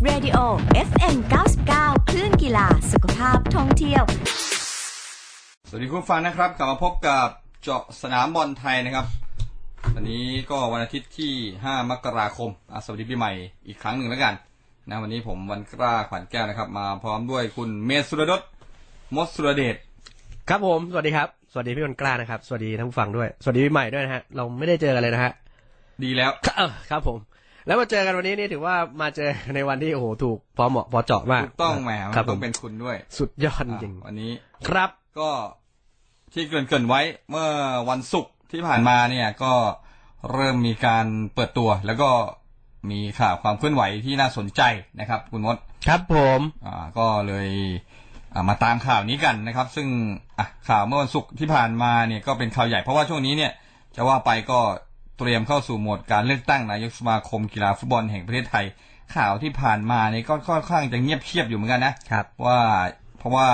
Radio FM 99 คลื่นกีฬาสุขภาพท่องเที่ยวสวัสดีคุณฟังนะครับกลับมาพบกับเจาะสนามบอลไทยนะครับวันนี้ก็วันอาทิตย์ที่5มกราคมสวัสดีปีใหม่อีกครั้งหนึ่งแล้วกันนะวันนี้ผมวันกล้าขวัญแก้วนะครับมาพร้อมด้วยคุณเมธสุรดลมดสุรเดชครับผมสวัสดีครับสวัสดีพี่วันกล้านะครับสวัสดีท่านผู้ฟังด้วยสวัสดีปีใหม่ด้วยนะฮะเราไม่ได้เจอกันเลยนะฮะดีแล้วครับผมแล้วมาเจอกันวันนี้นี่ถือว่ามาเจอในวันที่โอ้โหถูกพอเหมาะพอเจาะมากถูกต้องแหมต้องเป็นคุณด้วยสุดยอดจริงวันนี้ครับก็ที่เกริ่นไว้เมื่อวันศุกร์ที่ผ่านมาเนี่ยก็เริ่มมีการเปิดตัวแล้วก็มีข่าวความเคลื่อนไหวที่น่าสนใจนะครับคุณมดครับผมก็เลยมาตามข่าวนี้กันนะครับซึ่งข่าวเมื่อวันศุกร์ที่ผ่านมาเนี่ยก็เป็นข่าวใหญ่เพราะว่าช่วงนี้เนี่ยจะว่าไปก็เตรียมเข้าสู่โหมดการเลือกตั้งนายกสมาคมกีฬาฟุตบอลแห่งประเทศไทยข่าวที่ผ่านมาเนี่ยก็ค่อนข้างจะเงียบเชียบอยู่เหมือนกันนะครับว่าเพราะว่า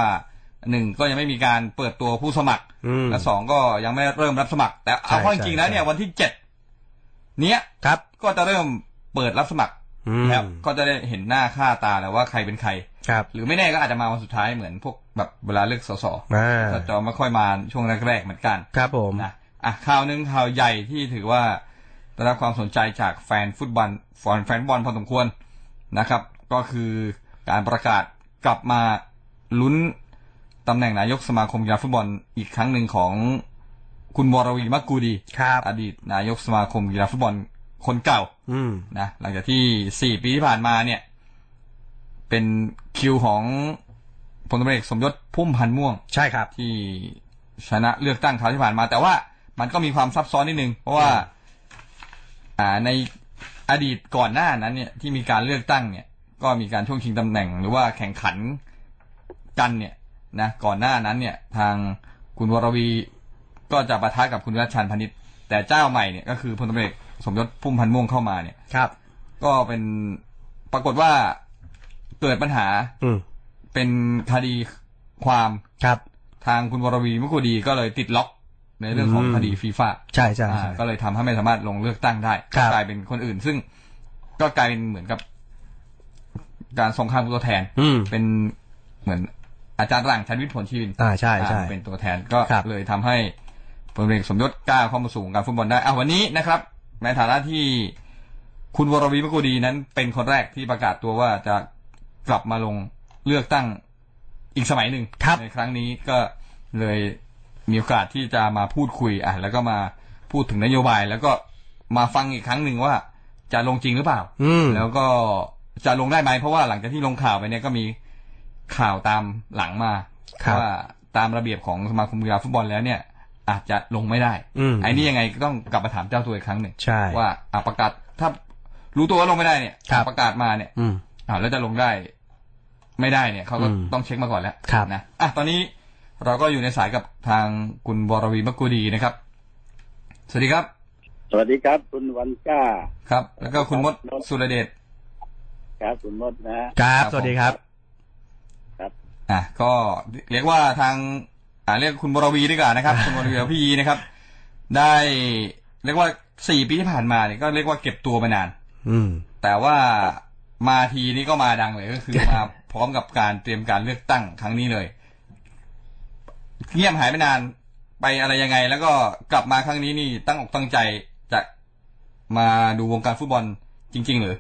1ก็ยังไม่มีการเปิดตัวผู้สมัครและ2ก็ยังไม่เริ่มรับสมัครแต่เอาข้อจริงแล้วเนี่ยวันที่7เนี้ยครับก็จะเริ่มเปิดรับสมัครแล้วก็จะได้เห็นหน้าค่าตาแล้วว่าใครเป็นใครหรือไม่แน่ก็อาจจะมาวันสุดท้ายเหมือนพวกแบบเวลาเลือกสสก็จะไม่ค่อยมาช่วงแรกๆเหมือนกันครับผมนะข่าวนึงข่าวใหญ่ที่ถือว่าได้รับความสนใจจากแฟนฟุตบอลพอสมควรนะครับก็คือการประกาศกลับมาลุ้นตำแหน่งนายกสมาคมกีฬาฟุตบอลอีกครั้งหนึ่งของคุณวรวีมักกูดีอดีตนายกสมาคมกีฬาฟุตบอลคนเก่านะหลังจากที่4ปีที่ผ่านมาเนี่ยเป็นคิวของพลตำรวจเอกสมยศพุ่มพันธ์ม่วงใช่ครับที่ชนะเลือกตั้งคราวที่ผ่านมาแต่ว่ามันก็มีความซับซ้อนนิดนึงเพราะว่าในอดีตก่อนหน้านั้นเนี่ยที่มีการเลือกตั้งเนี่ยก็มีการช่วงชิงตำแหน่งหรือว่าแข่งขันกันเนี่ยนะก่อนหน้านั้นเนี่ยทางคุณวรวีก็จะปะทะกับคุณรัชชันพนิชแต่เจ้าใหม่เนี่ยก็คือพลตำรวจเอกสมยศพุ่มพันธ์ม่วงเข้ามาเนี่ยครับก็เป็นปรากฏว่าเกิดปัญหาเป็นคดีความครับทางคุณวรวีมักกูดีก็เลยติดล็อกในเรื่องของคดีฟีฟ่าใช่ก็เลยทำให้ไม่สามารถลงเลือกตั้งได้กลายเป็นคนอื่นซึ่งก็กลายเป็นเหมือนกับการส่งข้างตัวแทนเป็นเหมือนอาจารย์หลังชันวิทย์ผลชีวินใช่เป็นตัวแทนก็เลยทำให้พลเอกสมยศกล้าเข้ามาสู่การฟุตบอลได้วันนี้นะครับในฐานะที่คุณวรวีมักกูดีนั้นเป็นคนแรกที่ประกาศตัวว่าจะกลับมาลงเลือกตั้งอีกสมัยหนึ่งในครั้งนี้ก็เลยมีโอกาสที่จะมาพูดคุยแล้วก็มาพูดถึงนโยบายแล้วก็มาฟังอีกครั้งหนึ่งว่าจะลงจริงหรือเปล่าแล้วก็จะลงได้ไหมเพราะว่าหลังจากที่ลงข่าวไปเนี่ยก็มีข่าวตามหลังมาว่าตามระเบียบของสมาคมกีฬาฟุตบอลแล้วเนี่ยอาจจะลงไม่ได้ไอ้นี่ยังไงก็ต้องกลับมาถามเจ้าตัวอีกครั้งหนึ่งว่าประกาศถ้ารู้ตัวว่าลงไม่ได้เนี่ยประกาศมาเนี่ยแล้วจะลงได้ไม่ได้เนี่ยเขาก็ต้องเช็คมาก่อนแล้วนะตอนนี้เราก็อยู่ในสายกับทางคุณวรวีมักกูดีนะครับสวัสดีครับสวัสดีครับคุณวันก้าครับแล้วก็คุณมดสุรเดชครับคุณมดนะครับสวัสดีครับครับก็เรียกว่าทางเรียกคุณวรวีดีกว่านะครับ คุณวรวีพี่นะครับได้เรียกว่า4ปีที่ผ่านมาเนี่ยก็เรียกว่าเก็บตัวมานานแต่ว่ามาทีนี้ก็มาดังเลยก็คือมาพร้อมกับการเตรียมการเลือกตั้งครั้งนี้เลยเงียบหายไปนานไปอะไรยังไงแล้วก็กลับมาครั้งนี้นี่ตั้งอกตั้งใจจะมาดูวงการฟุตบอลจริงๆหรือ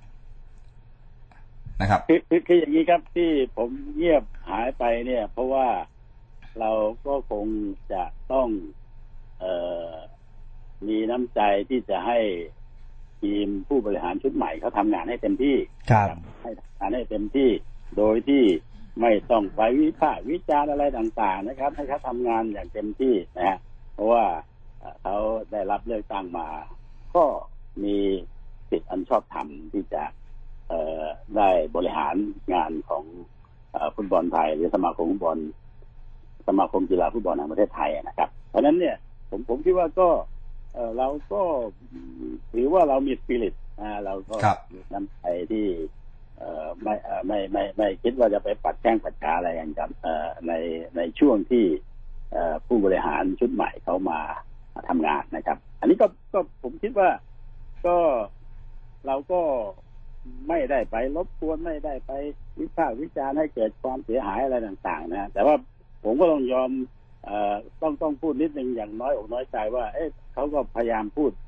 นะครับคืออย่างนี้ครับที่ผมเงียบหายไปเนี่ยเพราะว่าเราก็คงจะต้องมีน้ำใจที่จะให้ทีมผู้บริหารชุดใหม่เขาทำงานให้เต็มที่ให้ทำงานให้เต็มที่โดยที่ไม่ต้องไปวิพากษ์วิจารณ์อะไรต่างๆนะครับให้เขาทำงานอย่างเต็มที่นะฮะเพราะว่าเขาได้รับเลือกตั้งมาก็มีสิทธิอันชอบธรรมที่จะได้บริหารงานของฟุตบอลไทยหรือสมาคมฟุตบอลสมาคมกีฬาฟุตบอลแห่งประเทศไทยนะครับเพราะฉะนั้นเนี่ยผมคิดว่าก็เราก็ถือว่าเรามีสปิริตเราก็มีน้ำใจที่ไม่คิดว่าจะไปปัดแข้งปัดขาอะไรอย่างกับในช่วงที่ผู้บริหารชุดใหม่เขามาทำงานนะครับอันนี้ก็ผมคิดว่าก็เราก็ไม่ได้ไปรบกวนไม่ได้ไปวิพากษ์วิจารณ์ให้เกิดความเสียหายอะไรต่างๆนะแต่ว่าผมก็ต้องยอมต้องพูดนิดนึงอย่างน้อยอกน้อยใจว่าเขาก็พยายามพูด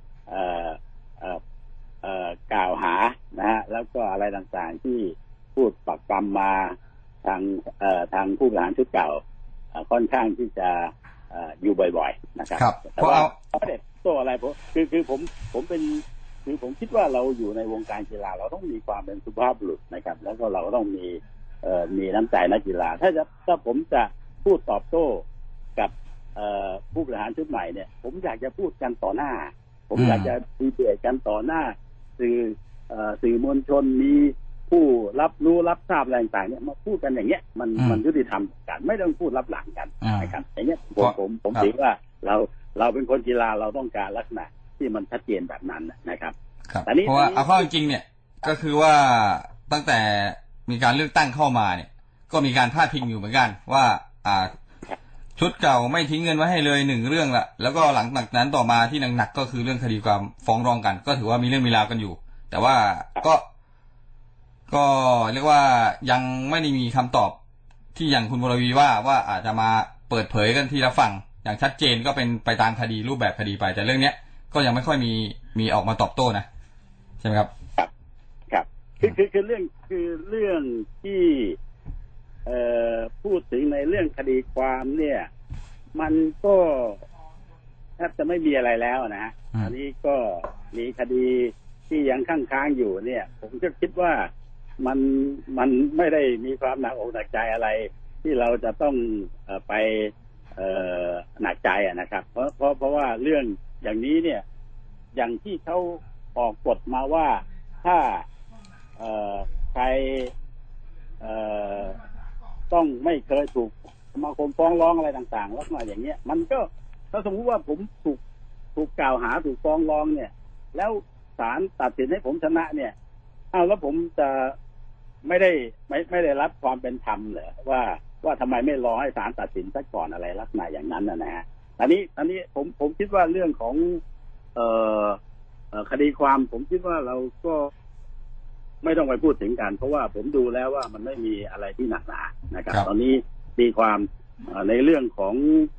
กล่าวหานะฮะแล้วก็อะไรต่างๆที่พูดปักปำมาทางผู้บริหารชุดเก่าค่อนข้างที่จะอยู่บ่อยๆนะครับแต่ว่าไม่ได้โต้อะไรผมเป็นคือผมคิดว่าเราอยู่ในวงการกีฬาเราต้องมีความเป็นสุภาพบุรุษนะครับแล้วก็เราก็ต้องมีน้ำใจนักกีฬาถ้าผมจะพูดตอบโต้กับผู้บริหารชุดใหม่เนี่ยผมอยากจะพูดกันต่อหน้าผมอยากจะดีเบตกันต่อหน้าสื่อมวลชนมีผู้รับรู้รับทราบอะไรต่างๆเนี่ยมาพูดกันอย่างเงี้ยมันยุติธรรมกันไม่ต้องพูดรับหลังกันนะครับอย่างเงี้ยผมถือว่าเราเป็นคนกีฬาเราต้องการลักษณะที่มันชัดเจนแบบนั้นนะครับเพราะว่าเอาเข้าจริงเนี่ยก็คือว่าตั้งแต่มีการเลือกตั้งเข้ามาเนี่ยก็มีการพาดพิงอยู่เหมือนกันว่าชุดเก่าไม่ทิ้งเงินไว้ให้เลย1เรื่องละแล้วก็หลังจากนั้นต่อมาที่หนักๆก็คือเรื่องคดีความฟ้องร้องกันก็ถือว่ามีเรื่องมีราวกันอยู่แต่ว่าก็เรียกว่ายังไม่ได้มีคำตอบที่อย่างคุณวรวีว่าอาจจะมาเปิดเผยกันทีละฝั่งอย่างชัดเจนก็เป็นไปตามคดีรูปแบบคดีไปแต่เรื่องเนี้ยก็ยังไม่ค่อยมีออกมาตอบโต้นะใช่ไหมครับครับคือเรื่องที่พูดถึงในเรื่องคดีความเนี่ยมันก็แทบจะไม่มีอะไรแล้วนะอันนี้ก็มีคดีที่ยังค้างอยู่เนี่ยผมก็คิดว่ามันไม่ได้มีความหนักอกหนักใจอะไรที่เราจะต้องไปหนักใจนะครับเพราะว่าเรื่องอย่างนี้เนี่ยอย่างที่เขาออกกฎมาว่าถ้าใครต้องไม่เคยถูกสมาคมฟ้องร้องอะไรต่างๆลักษณะอย่างเงี้ยมันก็ถ้าสมมติว่าผมถูกกล่าวหาถูกฟ้องร้องเนี่ยแล้วศาลตัดสินให้ผมชนะเนี่ยแล้วผมจะไม่ได้รับความเป็นธรรมเหรอว่าทำไมไม่รอให้ศาลตัดสินซะก่อนอะไรลักษณะอย่างนั้นนะฮะอันนี้ผมคิดว่าเรื่องของคดีความผมคิดว่าเราก็ไม่ต้องไปพูดถึงกันเพราะว่าผมดูแล้วว่ามันไม่มีอะไรที่หนักหนานะครับตอนนี้ตีความในเรื่องของ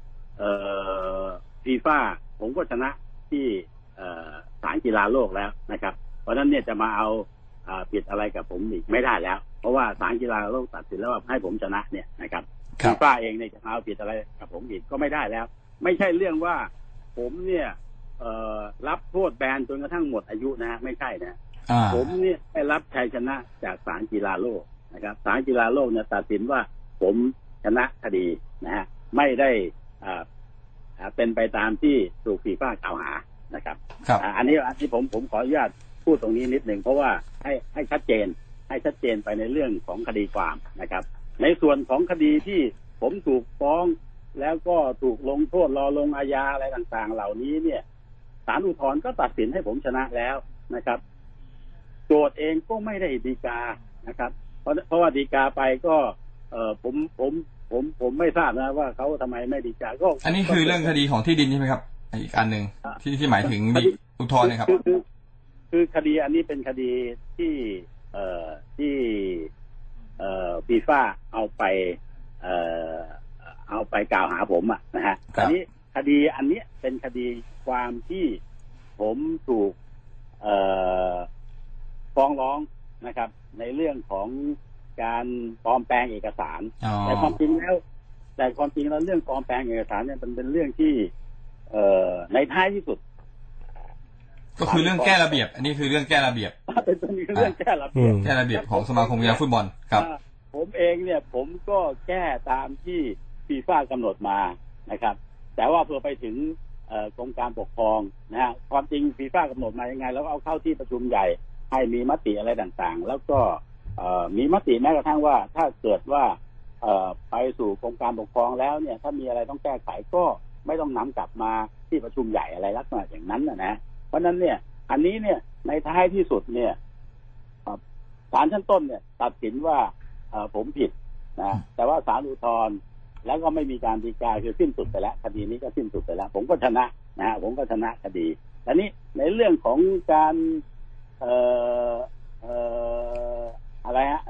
ฟีฟ่าผมก็ชนะที่ศาลกีฬาโลกแล้วนะครับเพราะฉะนั้นเนี่ยจะมาเอาผิดอะไรกับผมอีกไม่ได้แล้วเพราะว่าศาลกีฬาโลกตัดสินแล้วว่าให้ผมชนะเนี่ยนะครับฟีฟ่าเองเนี่ยจะมาเอาผิดอะไรกับผมอีกก็ไม่ได้แล้วไม่ใช่เรื่องว่าผมเนี่ยรับโทษแบนจนกระทั่งหมดอายุนะฮะไม่ใช่นะผมเนี่ยได้รับชัยชนะจากศาลกีฬาโลกนะครับศาลกีฬาโลกเนี่ยตัดสินว่าผมชนะคดีนะฮะไม่ได้เป็นไปตามที่ถูกฟีฟ่ากล่าวหานะครับอันนี้ผมขออนุญาตพูดตรงนี้นิดหนึ่งเพราะว่าให้ชัดเจนไปในเรื่องของคดีความนะครับในส่วนของคดีที่ผมถูกฟ้องแล้วก็ถูกลงโทษรอลงอาญาอะไรต่างๆเหล่านี้เนี่ยศาลอุทธรณ์ก็ตัดสินให้ผมชนะแล้วนะครับโจทย์เองก็ไม่ได้ฎีกานะครับเพราะว่าฎีกาไปก็ผมไม่ทราบนะว่าเขาทำไมไม่ฎีกาก็อันนี้คือเรื่องคดีของที่ดินใช่ไหมครับอีกอันหนึ่งที่หมายถึงอุทธรณ์นะครับคือคดีอันนี้เป็นคดีที่ฟีฟ่าเอาไปกล่าวหาผมนะฮะอันนี้คดีอันนี้เป็นคดีความที่ผมถูกฟ้องร้องนะครับในเรื่องของการปลอมแปลงเอกสารแต่ความจริงแล้วเรื่องปลอมแปลงเอกสารเนี่ยมันเป็นเรื่องที่ในท้ายที่สุดก็คือเรื่องแก้ระเบียบอันนี้คือเรื่องแก้ระเบียบเป็นเรื่องแก้ระเบียบของสมาคมกีฬาฟุตบอลครับผมเองเนี่ยผมก็แก้ตามที่ฟีฟ่ากำหนดมานะครับแต่ว่าเพื่อไปถึงกรมการปกครองนะฮะความจริงฟีฟ่ากำหนดมายังไงแล้วเอาเข้าที่ประชุมใหญ่ให้มีมติอะไรต่างๆแล้วก็มีมติแม้กระทั่งว่าถ้าเกิดว่าไปสู่กรมการปกครองแล้วเนี่ยถ้ามีอะไรต้องแก้ไขก็ไม่ต้องนำกลับมาที่ประชุมใหญ่อะไรลักษณะอย่างนั้นนะเพราะนั้นเนี่ยอันนี้เนี่ยในท้ายที่สุดเนี่ยศาลชั้นต้นเนี่ยตัดสินว่าผมผิดนะแต่ว่าศาลอุทธรณ์แล้วก็ไม่มีการฎีกาคือสิ้นสุดไปแล้วคดีนี้ก็สิ้นสุดไปแล้วผมก็ชนะนะผมก็ชนะคดีอันนี้ในเรื่องของการ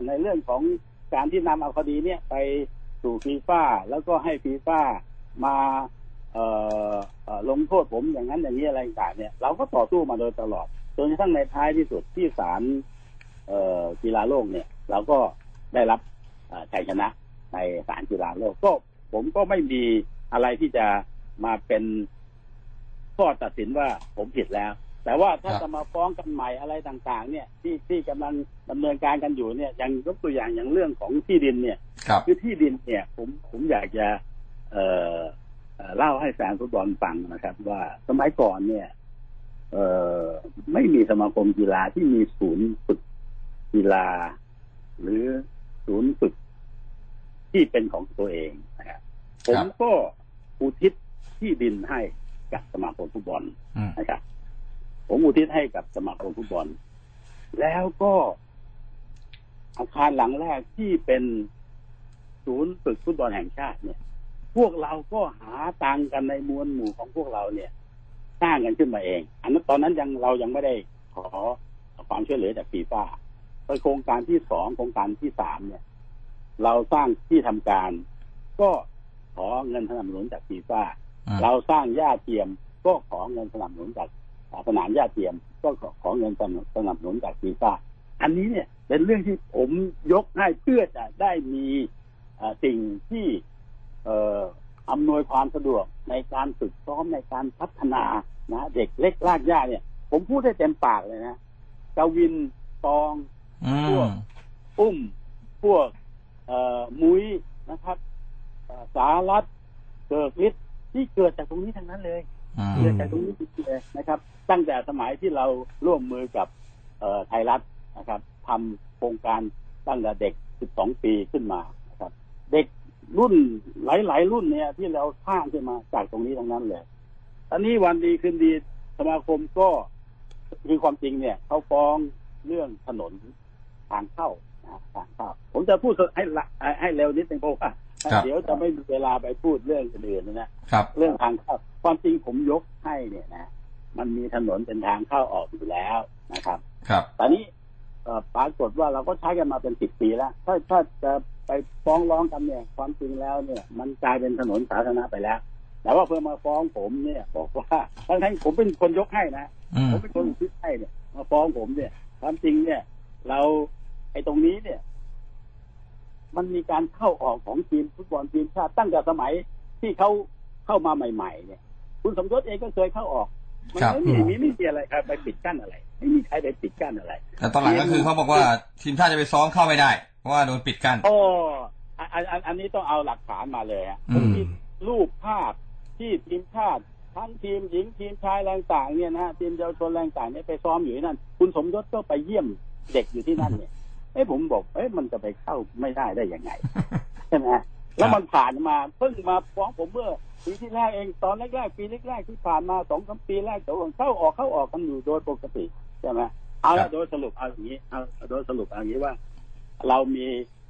ในเรื่องของการที่นำเอาคดีเนี่ยไปสู่ฟีฟ่าแล้วก็ให้ฟีฟ่ามาลงโทษผมอย่างนั้นอย่างนี้อะไรต่างเนี่ยเราก็ต่อสู้มาโดยตลอดจนกระทั่งในท้ายที่สุดที่ศาลกีฬาโลกเนี่ยเราก็ได้รับชัยชนะในศาลกีฬาโลกก็ผมก็ไม่มีอะไรที่จะมาเป็นข้อตัดสินว่าผมผิดแล้วแต่ว่าถ้าจะมาฟ้องกันใหม่อะไรต่างๆเนี่ยที่กำลังดำเนินการกันอยู่เนี่ยอย่างยกตัวอย่างเรื่องของที่ดินเนี่ยคือที่ดินเนี่ยผมอยากจะเล่าให้แฟนฟุตบอลฟังนะครับว่าสมัยก่อนเนี่ยไม่มีสมาคมกีฬาที่มีศูนย์ฝึกกีฬาหรือศูนย์ฝึกที่เป็นของตัวเองนะครับผมก็อุทิศที่ดินให้กับสมาคมฟุตบอลนะครับผมอุทิศให้กับสมาคมฟุตบอลแล้วก็อาคารหลังแรกที่เป็นศูนย์ฝึกฟุตบอลแห่งชาติเนี่ยพวกเราก็หาตังกันในมวลหมู่ของพวกเราเนี่ยสร้างกันขึ้นมาเองอันนั้นตอนนั้นเรายังไม่ได้ขอความช่วยเหลือจากฟีฟ่าโครงการที่2โครงการที่3เนี่ยเราสร้างที่ทำการก็ขอเงินสนับสนุนจากฟีฟ่าเราสร้างหญ้าเทียมก็ขอเงินสนับสนุนจากสนามหญ้าเทียมก็ขอเงินสนับสนุนจากฟีฟ่าอันนี้เนี่ยเป็นเรื่องที่ผมยกให้เพื่อจะได้มีสิ่งที่อำนวยความสะดวกในการฝึกซ้อมในการพัฒนานะเด็กเล็กรากหญ้าเนี่ยผมพูดได้เต็มปากเลยนะกวินตองพวกพวกมุ้ยนะครับสารัตเกิดฤทธิ์ที่เกิดจากตรงนี้ทั้งนั้นเลยเกิดจากตรงนี้เลยนะครับตั้งแต่สมัยที่เราร่วมมือกับไทยรัฐนะครับทำโครงการตั้งแต่เด็ก12ปีขึ้นมานะครับเด็กรุ่นหลายๆรุ่นเนี่ยที่เราสร้างขึ้นมาจากตรงนี้ทั้งนั้นเลยตอนนี้วันดีคืนดีสมาคมก็คือความจริงเนี่ยเขาฟ้องเรื่องถนนทางเข้าทางเข้าผมจะพูดให้เร็วนิดนึงเพราะว่าเดี๋ยวจะไม่มีเวลาไปพูดเรื่องอื่นนะเรื่องทางเข้าความจริงผมยกให้เนี่ยนะมันมีถนนเป็นทางเข้าออกอยู่แล้วนะครับตอนนี้ปรากฏว่าเราก็ใช้กันมาเป็น10 ปีแล้วถ้าจะไปฟ้องร้องกันเนี่ยความจริงแล้วเนี่ยมันกลายเป็นถนนสาธารณะไปแล้วแต่ว่าเพื่อมาฟ้องผมเนี่ยบอกว่าทั้งผมเป็นคนยกให้นะผมเป็นคนคิดให้เนี่ยมาฟ้องผมเนี่ยความจริงเนี่ยเราไอ้ตรงนี้เนี่ยมันมีการเข้าออกของทีมฟุตบอลทีมชาติตั้งแต่สมัยที่เขาเข้ามาใหม่ๆเนี่ยคุณสมยศเองก็เคยเข้าออกมันไม่มีอะไรครับไปปิดกั้นอะไรไม่มีใครไปปิดกั้นอะไรแต่ตอนหลังก็คือเขาบอกว่าทีมชาติจะไปซ้อมเข้าไม่ได้เพราะว่าโดนปิดกั้นอันนี้ต้องเอาหลักฐานมาเลยฮะมีรูปภาพที่ทีมชาติทั้งทีมหญิงทีมชายแรงต่างเนี่ยนะทีมเยาวชนแรงต่างเนี่ยไปซ้อมอยู่ที่นั่นคุณสมยศก็ไปเยี่ยมเด็กอยู่ที่นั่นเนี่ยผมบอกมันจะไปเข้าไม่ได้ยังไงใช่ไหมแล้วมันผ่านมาเพิ่งมาฟ้องผมเมื่อปีที่แรกเองตอนแรกๆปีแรกๆที่ผ่านมา 2-3 ปีแรกก็เข้าออกกันอยู่โดยปกติใช่ไหมเอาละโดยสรุปเอาอย่างนี้โดยสรุปเอาอย่างนี้ว่าเรามี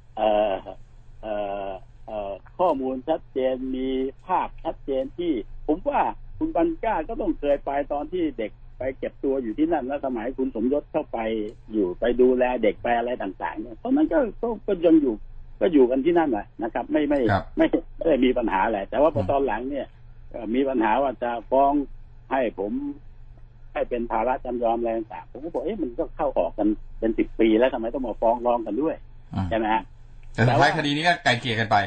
ข้อมูลชัดเจนมีภาพชัดเจนที่ผมว่าคุณบรรจาก็ต้องเคยไปตอนที่เด็กไปเก็บตัวอยู่ที่นั่นแล้วสมัยคุณสมยศเข้าไปอยู่ไปดูแลเด็กไปอะไรต่างๆเนี่ยตอนนั้นก็ยังอยู่ก็อยู่กันที่นั่นแหละนะครับไม่ได้มีปัญหาอะไรแต่ว่าพอตอนหลังเนี่ยมีปัญหาว่าจะฟ้องให้ผมให้เป็นภาระจำยอมอะไรต่างๆผมก็บอกมันก็เข้าออกกันเป็น10 ปีแล้วทำไมต้องมาฟ้องร้องกันด้วยใช่ไหมฮะแต่สุดท้ายคดีนี้ก็ไกลเกลี่ยกันไป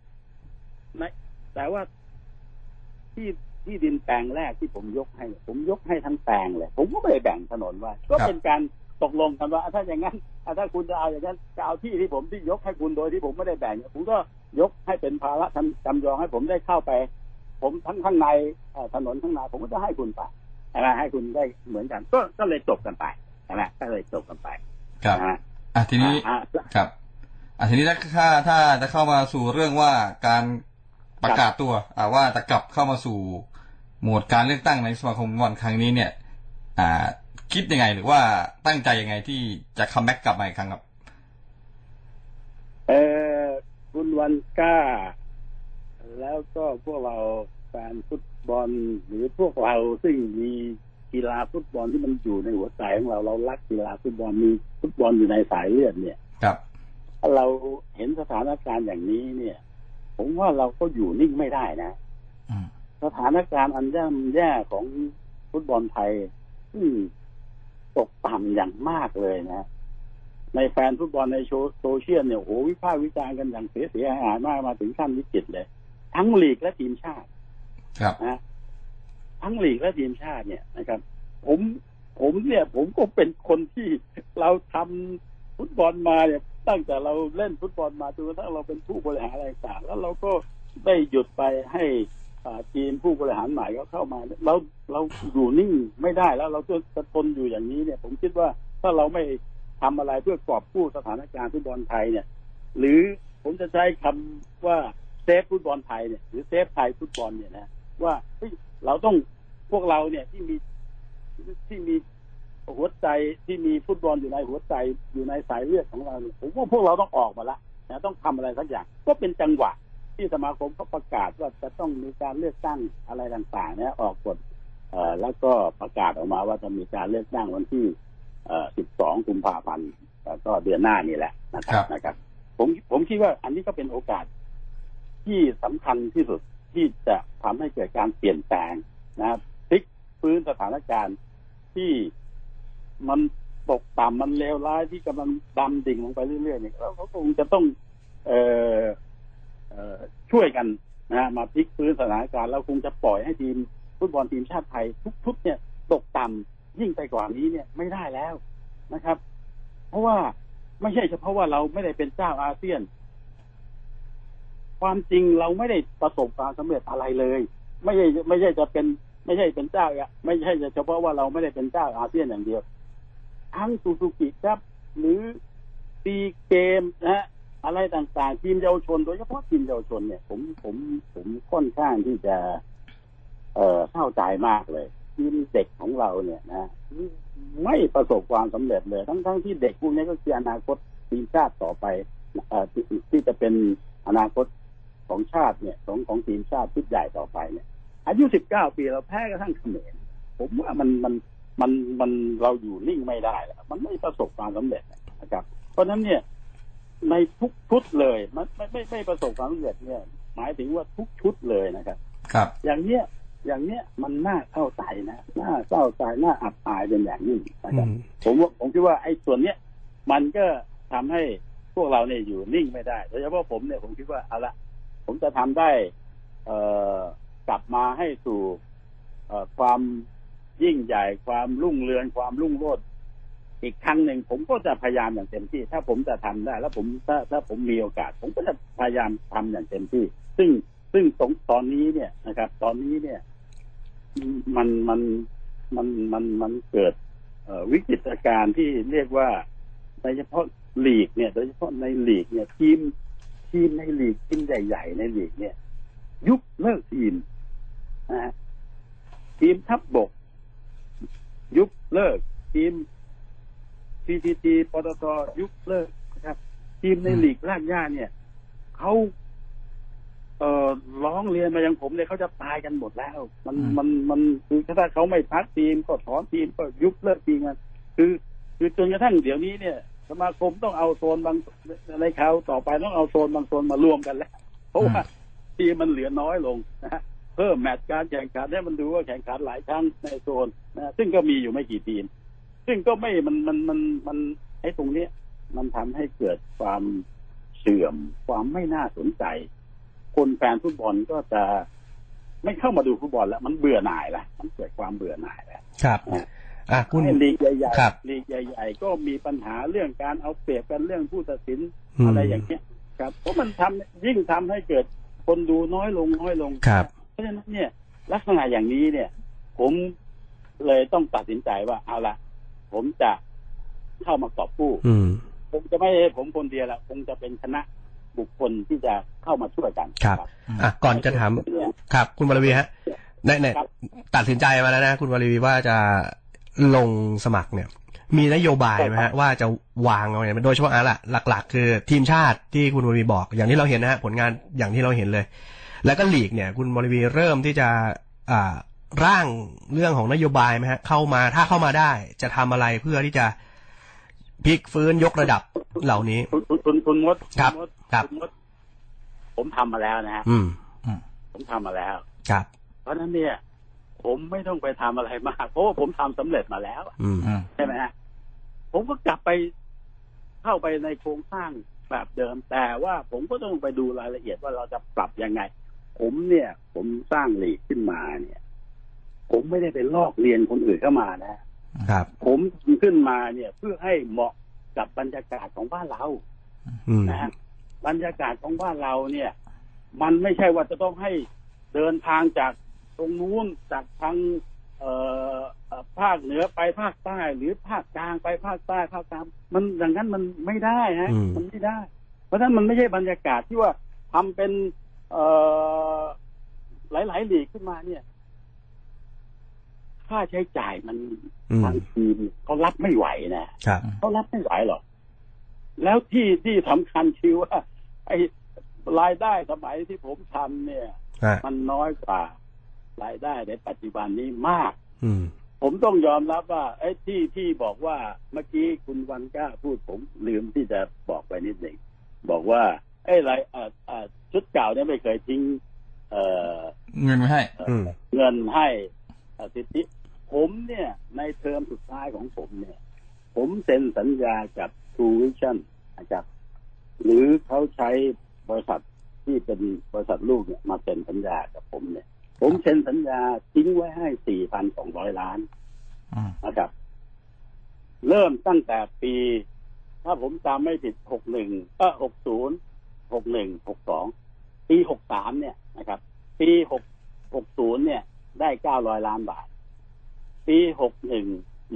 แต่ว่าที่ดินแปลงแรกที่ผมยกให้ทั้งแปลงเลยผมก็ไม่ได้แบ่งถนนว่าก็เป็นการตกลงกันว่าถ้าอย่างนั้นถ้าคุณจะเอาอย่างนั้นจะเอาที่ผมที่ยกให้คุณโดยที่ผมไม่ได้แบ่งผมก็ยกให้เป็นภาระจำยอมให้ผมได้เข้าไปผมทั้งข้างในถนนข้างในผมก็จะให้คุณไปให้คุณได้เหมือนกันก็เลยจบกันไปใช่ไหมก็เลยจบกันไปครับทีนี้ครับทีนี้ถ้าจะเข้ามาสู่เรื่องว่าการประกาศตัวว่าจะกลับเข้ามาสู่โหมดการเลือกตั้งในสมาคมฟุตบอลครั้งนี้เนี่ยคิดยังไงหรือว่าตั้งใจยังไงที่จะคัมแบ็กกลับมาอีกครั้งครับคุณวันก้าแล้วก็พวกเราแฟนฟุตบอลหรือพวกเราซึ่งมีกีฬาฟุตบอลที่มันอยู่ในหัวใจของเรารักกีฬาฟุตบอลมีฟุตบอลอยู่ในสายเลือดเนี่ยครับเราเห็นสถานการณ์อย่างนี้เนี่ยผมว่าเราก็อยู่นิ่งไม่ได้นะสถานการณ์อันย่ำแย่ของฟุตบอลไทยตกต่ำอย่างมากเลยนะในแฟนฟุตบอลในโซเชียลเนี่ยโอ้วิพากษ์วิจารณ์กันอย่างเสียหายมากมาถึงขั้นวิกฤตเลยทั้งลีกและทีมชาติครับนะทั้งลีกและทีมชาติเนี่ยนะครับผมก็เป็นคนที่เราทำฟุตบอลมาเนี่ยตั้งแต่เราเล่นฟุตบอลมาจนกระทั่งเราเป็นผู้บริหารอะไรต่างแล้วเราก็ได้หยุดไปให้ทีมผู้บริหารใหม่ก็เข้ามาเราอยู่นิ่งไม่ได้แล้วเราจะทนอยู่อย่างนี้เนี่ยผมคิดว่าถ้าเราไม่ทำอะไรเพื่อกอบกู้สถานการณ์ฟุตบอลไทยเนี่ยหรือผมจะใช้คำว่าเซฟฟุตบอลไทยเนี่ยหรือเซฟไทยฟุตบอลเนี่ยนะว่าเราต้องพวกเราเนี่ยที่มีหัวใจที่มีฟุตบอลอยู่ในหัวใจอยู่ในสายเลือดของเราเนี่ยผมว่าพวกเราต้องออกมาละนะต้องทำอะไรสักอย่างก็เป็นจังหวะที่สมาคมเขาประกาศว่าจะต้องมีการเลือกตั้งอะไรต่างๆเนี่ยออกกฎแล้วก็ประกาศออกมาว่าจะมีการเลือกตั้งวันที่12 กุมภาพันธ์ก็เดือนหน้านี่แหละนะครับผมคิดว่าอันนี้ก็เป็นโอกาสที่สำคัญที่สุดที่จะทำให้เกิดการเปลี่ยนแปลงนะครับพลิกฟื้นสถานการณ์ที่มันตกต่ำมันเลวร้ายที่กำลังดำดิ่งลงไปเรื่อยๆเนี่ยเราคงจะต้องช่วยกันนะมาพลิกฟื้นสถานการณ์แล้วคงจะปล่อยให้ทีมฟุตบอลทีมชาติไทยทุกเนี่ยตกต่ำยิ่งไปกว่านี้เนี่ยไม่ได้แล้วนะครับเพราะว่าไม่ใช่เฉพาะว่าเราไม่ได้เป็นเจ้าอาเซียนความจริงเราไม่ได้ประสบความสำเร็จอะไรเลยไม่ใช่เป็นเจ้าไม่ใช่เฉพาะว่าเราไม่ได้เป็นเจ้าอาเซียนอย่างเดียวทั้งซูซูกิครับหรือซีเกมนะอะไรต่างๆทีมเยาวชนโดยเฉพาะทีมเยาวชนเนี่ยผมค่อนข้างที่จะเข้าใจมากเลยทีมเด็กของเราเนี่ยนะไม่ประสบความสำเร็จเลยทั้งที่เด็กพวกนี้ก็คืออนาคตทีมชาติต่อไปที่จะเป็นอนาคตของชาติเนี่ยของทีมชาติชุดใหญ่ต่อไปเนี่ยอายุ19 ปีเราแพ้กระทั่งเขมรผมว่ามันเราอยู่นิ่งไม่ได้แล้วมันไม่ประสบความสำเร็จนะครับเพราะฉะนั้นเนี่ยในทุกชุดเลยมันไม่ประสบความสำเร็จเนี่ยหมายถึงว่าทุกชุดเลยนะครับครับอย่างเนี้ยมันน่าเข้าใจนะน่าเศร้าใจน่าอับอายเป็นอย่างยิ่งนะครับผมคิดว่าไอ้ส่วนเนี้ยมันก็ทำให้พวกเราเนี่ยอยู่นิ่งไม่ได้โดยเฉพาะผมเนี่ยผมคิดว่าเอาละผมจะทำได้กลับมาให้สู่ความยิ่งใหญ่ความรุ่งเรืองความรุ่งโรจน์อีกครั้งหนึ่งผมก็จะพยายามอย่างเต็มที่ถ้าผมจะทำได้แล้วถ้าผมมีโอกาสผมก็จะพยายามทำอย่างเต็มที่ซึ่งตอนนี้เนี่ยนะครับตอนนี้เนี่ยมันเกิดวิกฤตการณ์ที่เรียกว่าโดยเฉพาะลีกเนี่ยโดยเฉพาะในลีกเนี่ยทีมในลีกทีมใหญ่ๆในลีกเนี่ยยุบเลิกทีมนะทีมทัพบกยุบเลิกทีม PTT ปตทยุบเลิกนะครับทีมในลีกรากหญ้าเนี่ยเขาร้องเรียนมาอย่างผมเนี่ยเขาจะตายกันหมดแล้วมันคือถ้าเขาไม่พักทีมก็ถอนทีมก็ยุบเลิกทีมกันคือจนกระทั่งเดี๋ยวนี้เนี่ยสมาคมต้องเอาโซนบางในคราวต่อไปต้องเอาโซนบางโซนมารวมกันแล้วเพราะว่าทีมมันเหลือน้อยลงนะฮะเพิ่มแมตช์การแข่งขันให้มันดูว่าแข่งขันหลายครั้งในโซนนะซึ่งก็มีอยู่ไม่กี่ทีมซึ่งก็ไม่มันไอ้ตรงนี้มันทำให้เกิดความเสื่อมความไม่น่าสนใจคนแฟนฟุตบอลก็จะไม่เข้ามาดูฟุตบอลแล้วมันเบื่อหน่ายแล้วมันเกิดความเบื่อหน่ายแล้วครับคุณลีกใหญ่ๆลีกใหญ่ๆก็มีปัญหาเรื่องการเอาเปรียบกันเรื่องผู้ตัดสินอะไรอย่างเงี้ยครับเพราะมันยิ่งทำให้เกิดคนดูน้อยลงครับเพราะฉะนั้นเนี่ยลักษณะอย่างนี้เนี่ยผมเลยต้องตัดสินใจว่าเอาละผมจะเข้ามากอบกู้ผมจะไม่ผมคนเดียวละคงจะเป็นคณะบุคคลที่จะเข้ามาช่วยกันครับก่อนจะถามครับคุณวรวีฮะในตัดสินใจมาแล้วนะคุณวรวีว่าจะลงสมัครเนี่ยมีนโยบายไหมฮะว่าจะวางเอาเนี่ยโดยเฉพาะหลักๆคือทีมชาติที่คุณวรวีบอกอย่างที่เราเห็นนะฮะผลงานอย่างที่เราเห็นเลยแล้วก็ลีกเนี่ยคุณวรวีเริ่มที่จะร่างเรื่องของนโยบายไหมฮะเข้ามาถ้าเข้ามาได้จะทำอะไรเพื่อที่จะพลิกฟื้นยกระดับเหล่านี้คุณมดครับครับผมทำมาแล้วนะฮะผมทำมาแล้วครับเพราะนั้นเนี่ยผมไม่ต้องไปทำอะไรมากเพราะว่าผมทำสำเร็จมาแล้วใช่ไหมฮะผมก็กลับไปเข้าไปในโครงสร้างแบบเดิมแต่ว่าผมก็ต้องไปดูรายละเอียดว่าเราจะปรับยังไงผมสร้างลีกขึ้นมาเนี่ยผมไม่ได้ไปลอกเรียนคนอื่นเข้ามานะครับผมขึ้นมาเนี่ยเพื่อให้เหมาะกับบรรยากาศของบ้านเรานะฮะบรรยากาศของบ้านเราเนี่ยมันไม่ใช่ว่าจะต้องให้เดินทางจากตรงนู้นจากทางภาคเหนือไปภาคใต้หรือภาคกลางไปภาคใต้ภาคกลางมันอย่างนั้นมันไม่ได้ฮะมันไม่ได้เพราะฉะนั้นมันไม่ใช่บรรยากาศที่ว่าทำเป็นหลายๆลีกขึ้นมาเนี่ยค่าใช้จ่ายมันทางทีมเขารับไม่ไหวนะเขารับไม่ไหวหรอกแล้วที่สำคัญคือว่าไอ้รายได้สมัยที่ผมทำเนี่ยมันน้อยกว่ารายได้ในปัจจุบันนี้มากผมต้องยอมรับว่าไอ้ที่บอกว่าเมื่อกี้คุณวันก้าพูดผมลืมที่จะบอกไปนิดหนึ่งบอกว่าไอ้ชุดเก่าเนี่ยไม่เคยทิ้งเงินให้เงินให้สิทธิผมเนี่ยในเทอมสุดท้ายของผมเนี่ยผมเซ็นสัญญากับ True Vision นะครับหรือเขาใช้บริษัทที่เป็นบริษัทลูกเนี่ยมาเซ็นสัญญากับผมเนี่ยผมเซ็นสัญญาทิ้งไว้ให้ 4,200 ล้านนะครับเริ่มตั้งแต่ปีถ้าผมจำไม่ผิด60 61 62ปี63เนี่ยนะครับปี60เนี่ยได้900ล้านบาทปี61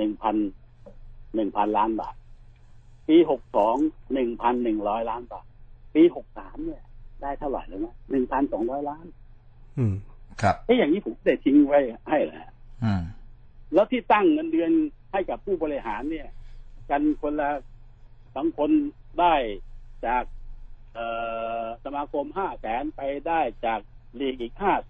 1,000 ล้านบาทปี62 1,100 ล้านบาทปี63เนี่ยได้เท่าไหร่แล้วนะ 1,200 ล้านครับอย่างนี้ผมได้ทิ้งไว้ให้แหละแล้วที่ตั้งเงินเดือนให้กับผู้บริหารเนี่ยกันคนละ2คนได้จากสมาคม 500,000 ไปได้จากลีกอีก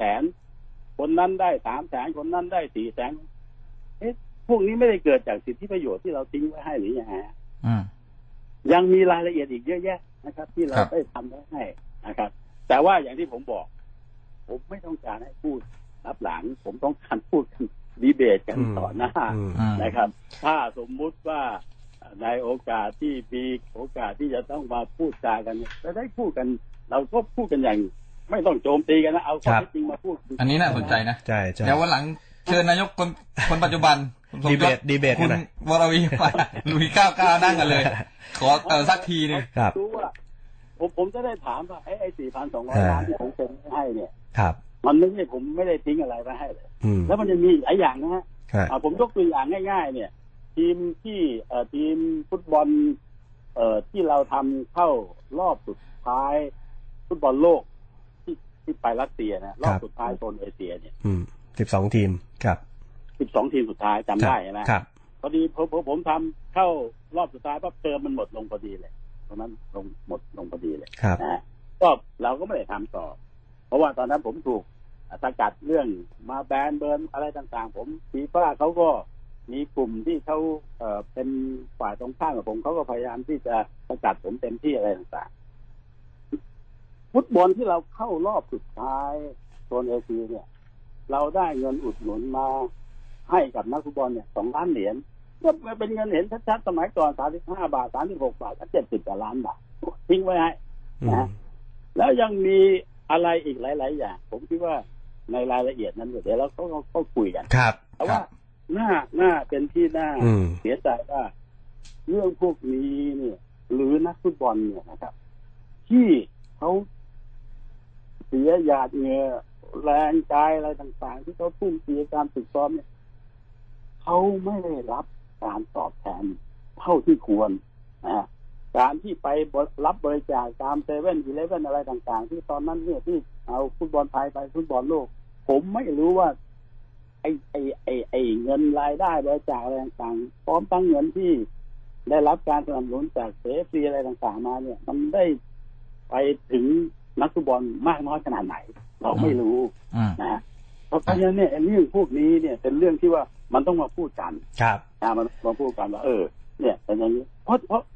500,000 คนนั้นได้ 300,000 คนนั้นได้ 400,000พวกนี้ไม่ได้เกิดจากสิทธิประโยชน์ที่เราทิ้งไว้ให้หรือยังไงยังมีรายละเอียดอีกเยอะแยะนะครับที่เราได้ทำไว้ให้นะครับแต่ว่าอย่างที่ผมบอกผมไม่ต้องการให้พูดรับหลังผมต้องการพูดกันดีเบตกันต่อหน้านะครับถ้าสมมุติว่าในโอกาสที่มีโอกาสที่จะต้องมาพูดจากันจะได้พูดกันเราก็พูดกันอย่างไม่ต้องโจมตีกันนะเอาข้อเท็จจริงมาพูดอันนี้น่าสนใจนะใช่เดี๋ยววันหลังเชิญนายกคนปัจจุบันดีเบตคุณวรวีไปลุยก้าวนั่งกันเลยขอสักทีนึงรู้ว่าผมจะได้ถามว่าไอ้ 4,200 ล้านที่ผมเซ็นให้เนี่ยมันไม่ใช่ผมไม่ได้ทิ้งอะไรไว้ให้เลยแล้วมันจะมีหลายอย่างนะฮะผมยกตัวอย่างง่ายๆเนี่ยทีมฟุตบอลที่เราทำเข้ารอบสุดท้ายฟุตบอลโลกที่ไปรัสเซียนะรอบสุดท้ายโซนเอเชียเนี่ย 12 ทีมครับ 12 ทีมสุดท้ายจำได้ไหมพอดีผมทำเข้ารอบสุดท้ายปั๊บเติมมันหมดลงพอดีเลยตอนนั้นหมดลงพอดีเลยนะก็เราก็ไม่ได้ทำต่อเพราะว่าตอนนั้นผมถูกสกัดเรื่องมาแบนเบิร์นอะไรต่างๆผมฟีฟ่าเขาก็มีกลุ่มที่เขาเป็นฝ่ายตรงข้ามกับผมเขาก็พยายามที่จะสกัดผมเต็มที่อะไรต่างๆฟุตบอลที่เราเข้ารอบสุดท้ายโซนเอเชียเนี่ยเราได้เงินอุดหนุนมาให้กับนักฟุตบอลเนี่ย2 ล้านเหรียญก็เป็นเงินเห็นชัดๆสมัยก่อน35 บาท36 บาท70 ล้านบาททิ้งไว้ให้นะแล้วยังมีอะไรอีกหลายๆอย่างผมคิดว่าในรายละเอียดนั้นเดี๋ยวเราก็คุยกันแต่ว่าน่าเป็นที่น่าเสียใจว่าเรื่องพวกนี้เนี่ยหรือนักฟุตบอลเนี่ยนะครับที่เขาเสียหยาดเหงื่อแรงกายอะไรต่างๆที่เขาทุ่มเทการฝึกซ้อมเนี่ยเขาไม่ได้รับการตอบแทนเท่าที่ควรนะการที่ไปรับบริจาคตาม7-11อะไรต่างๆที่ตอนนั้นเนี่ยที่เอาฟุตบอลไทยไปฟุตบอลโลกผมไม่รู้ว่าไอ้เงินรายได้บริจาคอะไรต่างๆพร้อมตั้งเงินที่ได้รับการสนับสนุนจากCFCอะไรต่างๆมาเนี่ยมันได้ไปถึงนักฟุตบอลมากน้อยขนาดไหนเราไม่รู้นะเพราะฉะนั้นเนี่ยเรื่องพวกนี้เนี่ยเป็นเรื่องที่ว่ามันต้องมาพูดกันมันมาพูดกันว่าเนี่ยเป็นอย่างนี้เพราะ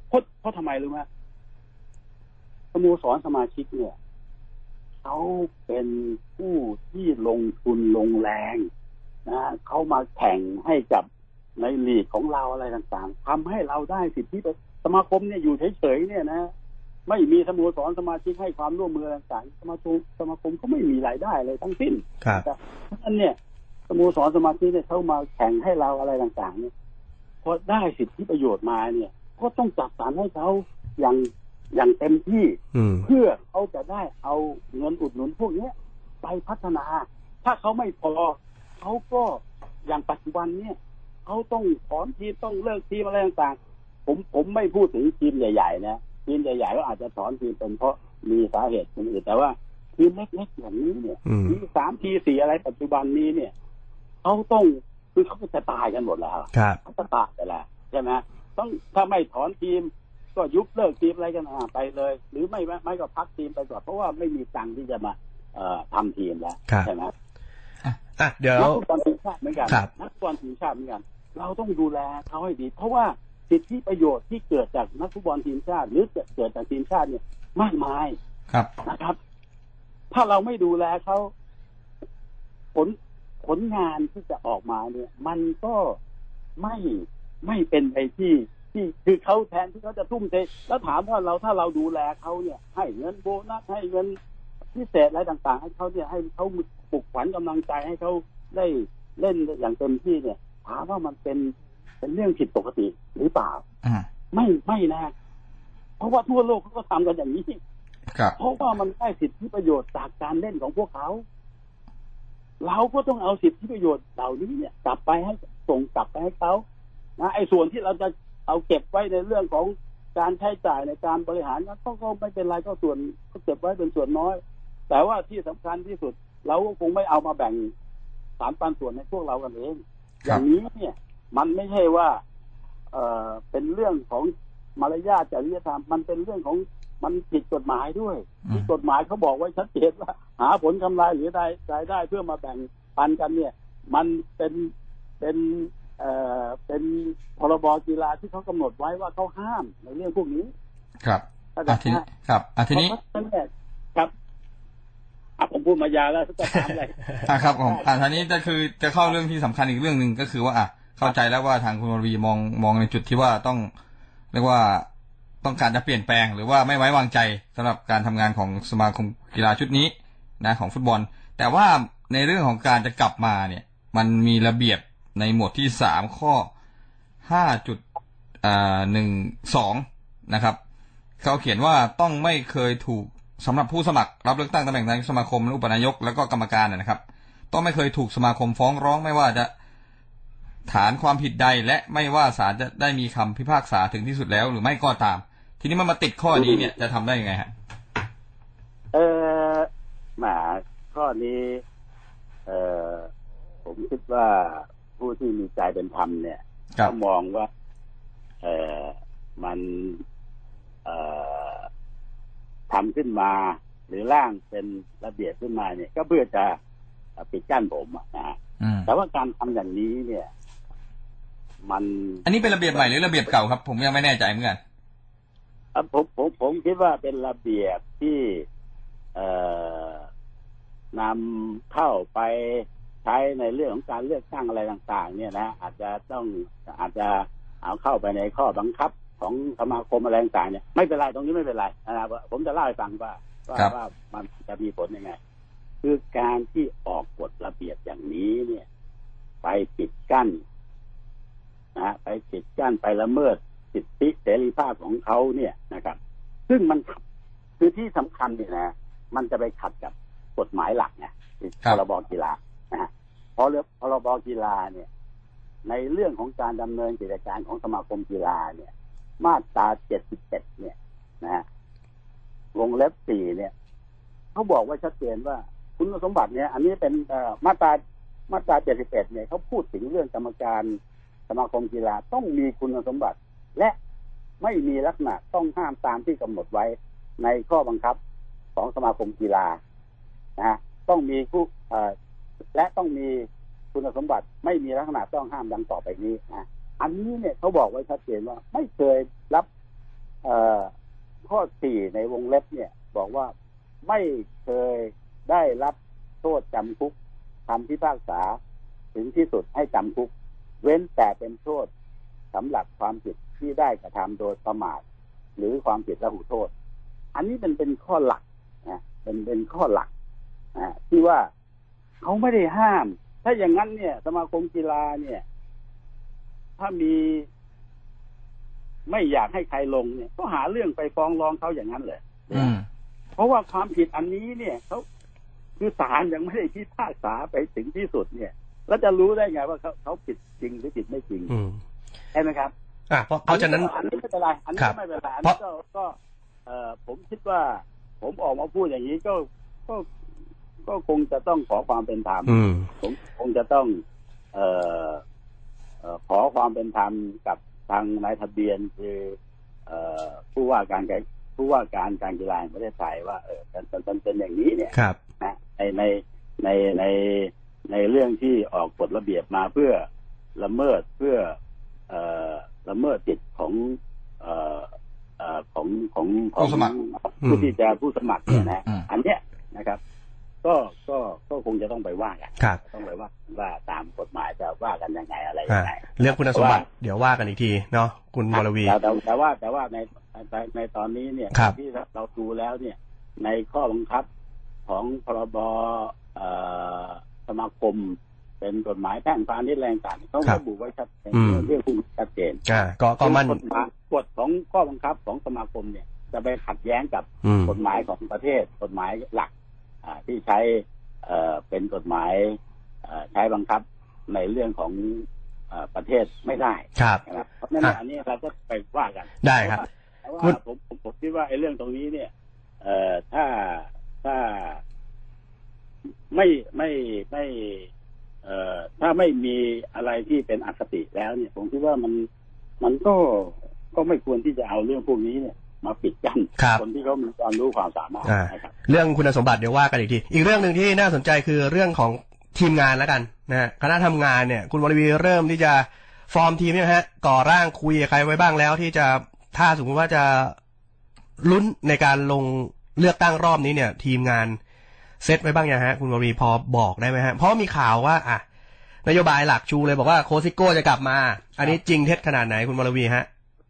เพราะทำไมรู้ไหมสโมสรสมาชิกเนี่ยเขาเป็นผู้ที่ลงทุนลงแรงนะเขามาแข่งให้กับในลีกของเราอะไรต่างๆทำให้เราได้สิทธิสมาคมเนี่ยอยู่เฉยๆเนี่ยนะไม่มีสโมสรสมาชิกให้ความร่วมมือต่างๆสมาคมก็ไม่มีรายได้เลยทั้งสิ้นเพราะฉะนั้นเนี่ยสโมสรสมาชิกเนี่ยเขามาแข่งให้เราอะไรต่างๆเนี่ยพอได้สิทธิประโยชน์มาเนี่ยก็ต้องจัดสรรให้เขาอย่างเต็มที่เพื่อเขาจะได้เอาเงินอุดหนุนพวกนี้ไปพัฒนาถ้าเขาไม่พอเขาก็อย่างปัจจุบันเนี่ยเขาต้องถอนทีมต้องเลิกทีมอะไรต่างๆผมไม่พูดถึงทีมใหญ่ๆนะทีมใหญ่ๆก็อาจจะถอนทีมเป็นเพราะมีสาเหตุอื่นแต่ว่าทีมเล็กๆอย่างนี้เนี่ยที3 ที 4อะไรปัจจุบันนี้เนี่ยเขาต้องคือเขาจะตายกันหมดแล้วเขาจะตายไปแล้วใช่ไหมต้องถ้าไม่ถอนทีมก็ยุบเลิกทีมอะไรกันไปเลยหรือไม่ก็พักทีมไปก่อนเพราะว่าไม่มีตังค์ที่จะมาทำทีมแล้วใช่ไหมเดี๋ยวนักฟุตบอลทีมชาติเหมือนกันนักฟุตบอลทีมชาติเหมือนกันเราต้องดูแลเขาให้ดีเพราะว่าสิทธิประโยชน์ที่เกิดจากนักฟุตบอลทีมชาติหรือเกิดจากทีมชาติเนี่ยมากมายนะครับถ้าเราไม่ดูแลเขาผลงานที่จะออกมาเนี่ยมันก็ไม่เป็นไปที่คือเขาแทนที่เขาจะทุ่มเทแล้วถามว่าถ้าเราดูแลเขาเนี่ยให้เงินโบนัสให้เงินพิเศษอะไรต่างๆให้เขาเนี่ยให้เขาปลุกขวัญกำลังใจให้เขาได้เล่นอย่างเต็มที่เนี่ยถามว่ามันเป็นเรื่องผิดปกติหรือเปล่าไม่นะเพราะว่าทั่วโลกเขาก็ทำกันอย่างนี้เพราะว่ามันได้สิทธิประโยชน์จากการเล่นของพวกเขาเราก็ต้องเอาสิทธิประโยชน์เหล่านี้เนี่ยกลับไปให้ส่งกลับไปให้เขานะไอ้ส่วนที่เราจะเอาเก็บไว้ในเรื่องของการใช้จ่ายในการบริหารก็ไม่เป็นไรก็ส่วนก็เก็บไว้เป็นส่วนน้อยแต่ว่าที่สำคัญที่สุดเราก็คงไม่เอามาแบ่งสารปันส่วนในพวกเรากันเองอย่างนี้เนี่ยมันไม่ใช่ว่าเป็นเรื่องของมารยาทจริยธรรมมันเป็นเรื่องของมันผิดกฎหมายด้วยที่กฎหมายเขาบอกไว้ชัดเจนว่าหาผลกำไรหรือรายได้เพื่อมาแบ่งปันกันเนี่ยมันเป็นพรบกีฬาที่เขากำหนดไว้ว่าเขาห้ามในเรื่องพวกนี้ครับทีนี้ทีนี้ครับผมพูดมายาวแล้วจะถามอะไรครับผมทีนี้จะเข้าเรื่องที่สำคัญอีกเรื่องนึงก็คือว่าเข้าใจแล้วว่าทางคุณวรวีมองในจุดที่ว่าต้องเรียกว่าต้องการจะเปลี่ยนแปลงหรือว่าไม่ไว้วางใจสำหรับการทำงานของสมาคมกีฬาชุดนี้นะของฟุตบอลแต่ว่าในเรื่องของการจะกลับมาเนี่ยมันมีระเบียบในหมวดที่3ข้อ 5.12 นะครับเขาเขียนว่าต้องไม่เคยถูกสำหรับผู้สมัครรับเลือกตั้งตำแหน่งนายกสมาคมและอุปนายกแล้วก็กรรมการนะครับต้องไม่เคยถูกสมาคมฟ้องร้องไม่ว่าจะฐานความผิดใดและไม่ว่าศาลจะได้มีคำพิพากษาถึงที่สุดแล้วหรือไม่ก็ตามทีนี้มันมาติดข้อนี้เนี่ยจะทำได้ยังไงฮะข้อนี้ผมคิดว่าผู้ที่มีใจเป็นธรรมเนี่ยเขามองว่ามันทำขึ้นมาหรือร่างเป็นระเบียบขึ้นมาเนี่ยก็เพื่อจะปิดกั้นผมนะฮะแต่ว่าการทำอย่างนี้เนี่ยมันอันนี้เป็นระเบียบใหม่หรือระเบียบเก่าครับผมยังไม่แน่ใจเหมือนกันผมคิดว่าเป็นระเบียบที่นำเข้าไปใช้ในเรื่องของการเลือกตั้งอะไรต่างๆเนี่ยนะอาจจะเอาเข้าไปในข้อบังคับของสมาคมอะไรต่างๆเนี่ยไม่เป็นไรตรงนี้ไม่เป็นไรนะครับผมจะเล่าให้ฟังว่ามันจะมีผลยังไงคือการที่ออกกฎระเบียบอย่างนี้เนี่ยไปปิดกั้นนะไปปิดกั้นไปละเมิดสิทธิเสรีภาพของเขาเนี่ยนะครับซึ่งมันคือที่สำคัญเนี่ยนะมันจะไปขัดกับกฎหมายหลักไงพรบกีฬานะฮะเพราะพรบกีฬาเนี่ยในเรื่องของการดำเนินกิจการของสมาคมกีฬาเนี่ยมาตรา77เนี่ยนะฮะวงเล็บ4เนี่ยเขาบอกว่าชัดเจนว่าคุณสมบัติเนี่ยอันนี้เป็นมาตรา71เนี่ยเขาพูดถึงเรื่องกรรมการสมาคมกีฬาต้องมีคุณสมบัติและไม่มีลักษณะต้องห้ามตามที่กำหนดไว้ในข้อบังคับของสมาคมกีฬานะต้องมีและต้องมีคุณสมบัติไม่มีลักษณะต้องห้ามดังต่อไปนี้นะอันนี้เนี่ยเขาบอกไว้ชัดเจนว่าไม่เคยรับข้อ4ในวงเล็บเนี่ยบอกว่าไม่เคยได้รับโทษจำคุกคำพิพากษาถึงที่สุดให้จำคุกเว้นแต่เป็นโทษสำหรับความผิดที่ได้กระทำโดยประมาทหรือความผิดละหุโทษอันนี้เป็นข้อหลักนะเป็นข้อหลักที่ว่าเขาไม่ได้ห้ามถ้าอย่างนั้นเนี่ยสมาคมกีฬาเนี่ยถ้ามีไม่อยากให้ใครลงเนี่ยก็หาเรื่องไปฟ้องร้องเขาอย่างนั้นเลยเพราะว่าความผิดอันนี้เนี่ยเขาคือศาลยังไม่ได้พิพากษาไปถึงที่สุดเนี่ยแล้วจะรู้ได้ไงว่าเขาผิดจริงหรือผิดไม่จริงใช่ไหมครับเพราะฉะนั้นอันนี้ไม่เป็นไรอันนี้ไม่เป็นไรอันนี้ก็ผมคิดว่าผมออกมาพูดอย่างนี้ก็คงจะต้องขอความเป็นธรรมผมคงจะต้องขอความเป็นธรรมกับทางนายทะเบียนคือผู้ว่าการกีฬาแห่งประเทศไทยว่าเป็นอย่างนี้เนี่ยนะในเรื่องที่ออกกฎระเบียบมาเพื่อละเมิดสิทธิ์ของผู้ที่จะผู้สมัครเนี่ยนะอันเนี้ยนะครับก็คงจะต้องไปว่ากันต้องไปว่าตามกฎหมายจะว่ากันยังไงอะไรยังไงเรื่องคุณสมบัติเดี๋ยวว่ากันอีกทีเนาะคุณวรวีแต่ว่าในตอนนี้เนี่ยที่เราดูแล้วเนี่ยในข้อบังคับของพรบสมาคมเป็นกฎหมายแพ่งพาณิชย์แรงต่างเขาระบุไว้ชัดเจนเรื่องผู้ชัดเจนก็มันกฎของข้อบังคับของสมาคมเนี่ยจะไปขัดแย้งกับกฎหมายของประเทศกฎหมายหลักที่ใช้เป็นกฎหมายใช้บังคับในเรื่องของประเทศไม่ได้ครับเพราะฉะนั้นอันนี้เราก็ไปว่ากันได้ครับแต่ว่าผมคิดว่าไอ้เรื่องตรงนี้เนี่ยถ้าถ้าไม่มีอะไรที่เป็นอคติแล้วเนี่ยผมคิดว่ามันก็ไม่ควรที่จะเอาเรื่องพวกนี้เนี่ยมาปิดกั้นคนที่เขามีความรู้ความสามารถนะครับเรื่องคุณสมบัติเดี๋ยวว่ากันอีกทีอีกเรื่องหนึ่งที่น่าสนใจคือเรื่องของทีมงานแล้วกันนะคณะทำงานเนี่ยคุณวรวีเริ่มที่จะฟอร์มทีมเนี่ยฮะก่อร่างคุยกับใครไว้บ้างแล้วที่จะถ้าสมมติว่าจะลุ้นในการลงเลือกตั้งรอบนี้เนี่ยทีมงานเซตไว้บ้างยังฮะคุณวรวีพอบอกได้ไหมฮะเพราะมีข่าวว่านโยบายหลักชูเลยบอกว่าโค้ชซิโก้จะกลับมาอันนี้จริงเท็จขนาดไหนคุณวรวีฮะ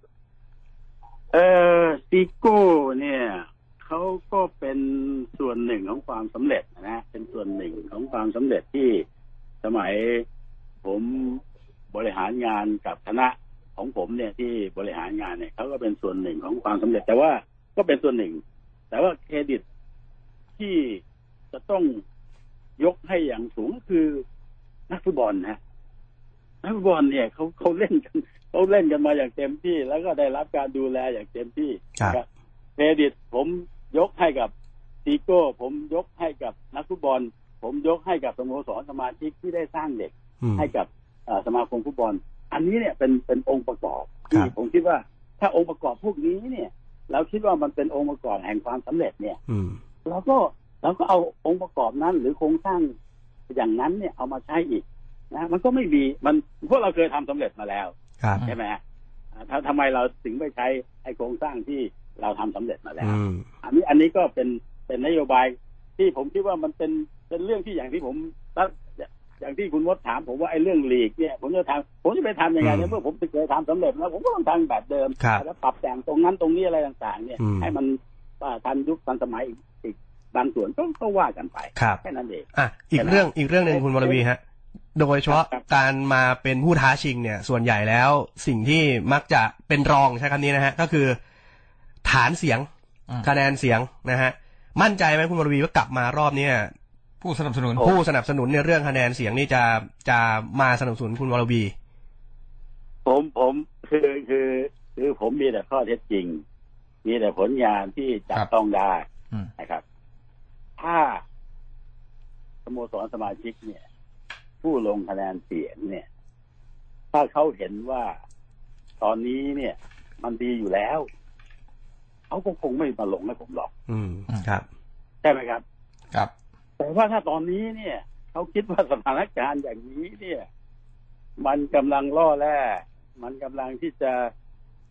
ซิโก้เนี่ยเขาก็เป็นส่วนหนึ่งของความสำเร็จนะเป็นส่วนหนึ่งของความสำเร็จที่สมัยผมบริหารงานกับคณะของผมเนี่ยที่บริหารงานเนี่ยเขาก็เป็นส่วนหนึ่งของความสำเร็จแต่ว่าก็เป็นส่วนหนึ่งแต่ว่าเครดิตที่จะต้องยกให้อย่างสูงคือนักฟุตบอลนะนักฟุตบอลเนี่ยเขาเล่นกันมาอย่างเต็มที่แล้วก็ได้รับการดูแลอย่างเต็มที่ครับเครดิตผมยกให้กับซิโก้ผมยกให้กับนักฟุตบอลผมยกให้กับสโมสรสมาชิกที่ได้สร้างเด็กให้กับสมาคมฟุตบอลอันนี้เนี่ยเป็นองค์ประกอบที่ผมคิดว่าถ้าองค์ประกอบพวกนี้เนี่ยเราคิดว่ามันเป็นองค์ประกอบแห่งความสำเร็จเนี่ยเราก็เอาองค์ประกอบนั้นหรือโครงสร้างอย่างนั้นเนี่ยเอามาใช้อีกนะมันก็ไม่มีมันพวกเราเคยทำสำเร็จมาแล้วใช่ไหมทำไมเราถึงไม่ใช้ไอ้โครงสร้างที่เราทำสำเร็จมาแล้วอันนี้ก็เป็นนโยบายที่ผมคิดว่ามันเป็นเรื่องที่อย่างที่ผมอย่างที่คุณมดถามผมว่าไอ้เรื่องลีกเนี่ยผมจะไปทำยังไงเนี่ยเมื่อผมเคยทำสำเร็จแล้วผมก็ต้องทำแบบเดิมแล้วปรับแต่งตรงนั้นตรงนี้อะไรต่างๆเนี่ยให้มันทันยุคทันสมัยอีกบางส่วนก็ว่ากันไปแค่นั้นเองอีกเรื่องนึงคุณวรวีฮะโดยเฉพาะการมาเป็นผู้ท้าชิงเนี่ยส่วนใหญ่แล้วสิ่งที่มักจะเป็นรองใช้คำนี้นะฮะก็คือฐานเสียงคะแนนเสียงนะฮะมั่นใจไหมคุณวรวีว่ากลับมารอบนี้ผู้สนับสนุนในเรื่องคะแนนเสียงนี่จะมาสนับสนุนคุณวรวีผมคือผมมีแต่ข้อเท็จจริงมีแต่ผลงานที่จับต้องได้นะครับถ้าสโมสรสมาชิกเนี่ยผู้ลงคะแนนเสียงเนี่ยถ้าเขาเห็นว่าตอนนี้เนี่ยมันดีอยู่แล้วเขาก็คงไม่มาลงให้ผมหรอกครับใช่ไหมครับครับแต่ว่าถ้าตอนนี้เนี่ยเขาคิดว่าสถานการณ์อย่างนี้เนี่ยมันกำลังล่อแร่มันกำลังที่จะ